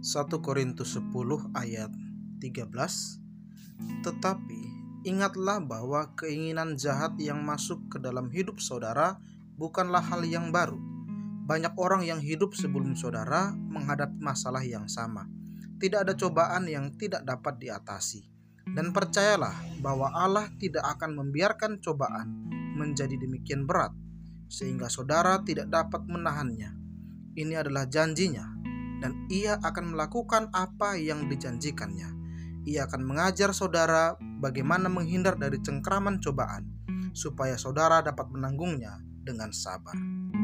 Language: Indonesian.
1 Korintus 10 ayat 13. Tetapi ingatlah bahwa keinginan jahat yang masuk ke dalam hidup saudara bukanlah hal yang baru. Banyak orang yang hidup sebelum saudara menghadapi masalah yang sama. Tidak ada cobaan yang tidak dapat diatasi. Dan percayalah bahwa Allah tidak akan membiarkan cobaan menjadi demikian berat sehingga saudara tidak dapat menahannya. Ini adalah janjinya, dan Ia akan melakukan apa yang dijanjikannya. Ia akan mengajar saudara bagaimana menghindar dari cengkraman cobaan, supaya saudara dapat menanggungnya dengan sabar.